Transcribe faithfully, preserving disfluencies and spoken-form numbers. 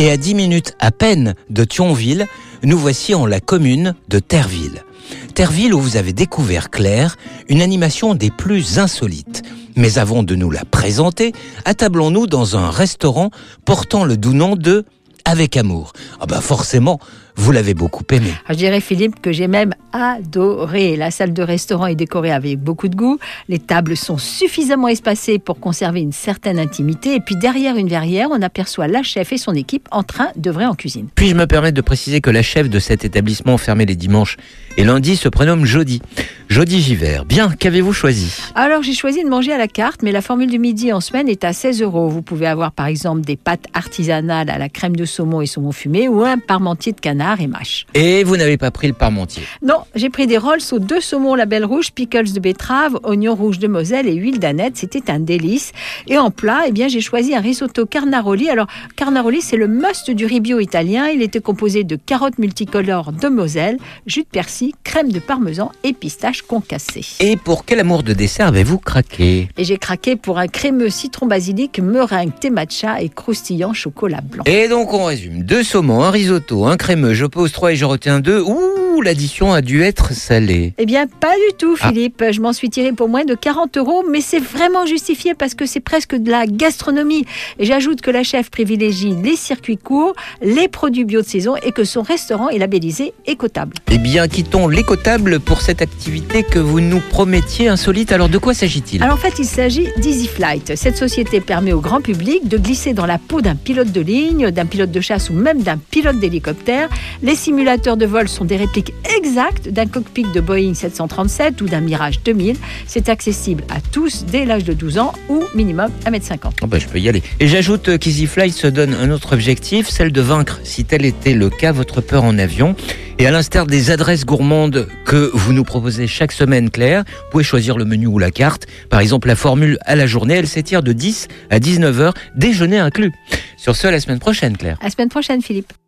Et à dix minutes à peine de Thionville, nous voici en la commune de Terville. Terville où vous avez découvert, Claire, une animation des plus insolites. Mais avant de nous la présenter, attablons-nous dans un restaurant portant le doux nom de Avec Amour. Ah bah forcément, vous l'avez beaucoup aimé. Je dirais, Philippe, que j'ai même adoré. La salle de restaurant est décorée avec beaucoup de goût. Les tables sont suffisamment espacées pour conserver une certaine intimité. Et puis derrière une verrière, on aperçoit la chef et son équipe en train d'œuvrer en cuisine. Puis je me permets de préciser que la chef de cet établissement fermé les dimanches et lundis se prénomme Jody. Jody Givert. Bien, qu'avez-vous choisi ? Alors j'ai choisi de manger à la carte, mais la formule du midi en semaine est à seize euros. Vous pouvez avoir par exemple des pâtes artisanales à la crème de saumon et saumon fumé ou un parmentier de canard et mâche. Et vous n'avez pas pris le parmentier ? Non, j'ai pris des rolls aux deux saumons label rouge, pickles de betterave, oignons rouges de Moselle et huile d'ânette. C'était un délice. Et en plat, eh bien, j'ai choisi un risotto carnaroli. Alors, carnaroli, c'est le must du riz bio italien. Il était composé de carottes multicolores de Moselle, jus de persil, crème de parmesan et pistache concassée. Et pour quel amour de dessert avez-vous craqué ? Et j'ai craqué pour un crémeux citron basilic, meringue thé matcha et croustillant chocolat blanc. Et donc on résume, deux saumons, un risotto, un crémeux, je pose trois et je retiens deux. Ouh, l'addition a dû être salée. Eh bien, pas du tout, Philippe. Ah. Je m'en suis tiré pour moins de quarante euros, mais c'est vraiment justifié parce que c'est presque de la gastronomie. Et j'ajoute que la chef privilégie les circuits courts, les produits bio de saison et que son restaurant est labellisé écotable. Eh bien, quittons l'écotable pour cette activité que vous nous promettiez insolite. Alors, de quoi s'agit-il ? Alors, en fait, il s'agit d'Easy Flight. Cette société permet au grand public de glisser dans la peau d'un pilote de ligne, d'un pilote de chasse ou même d'un pilote d'hélicoptère. Les simulateurs de vol sont des répliques exactes d'un cockpit de Boeing sept cent trente-sept ou d'un Mirage deux mille. C'est accessible à tous dès l'âge de douze ans ou minimum un mètre cinquante. Oh ben, je peux y aller. Et j'ajoute qu'Easy Flight se donne un autre objectif, celle de vaincre, si tel était le cas, votre peur en avion. Et à l'instar des adresses gourmandes que vous nous proposez chaque semaine, Claire, vous pouvez choisir le menu ou la carte. Par exemple, la formule à la journée, elle s'étire de dix à dix-neuf heures, déjeuner inclus. Sur ce, à la semaine prochaine, Claire. À la semaine prochaine, Philippe.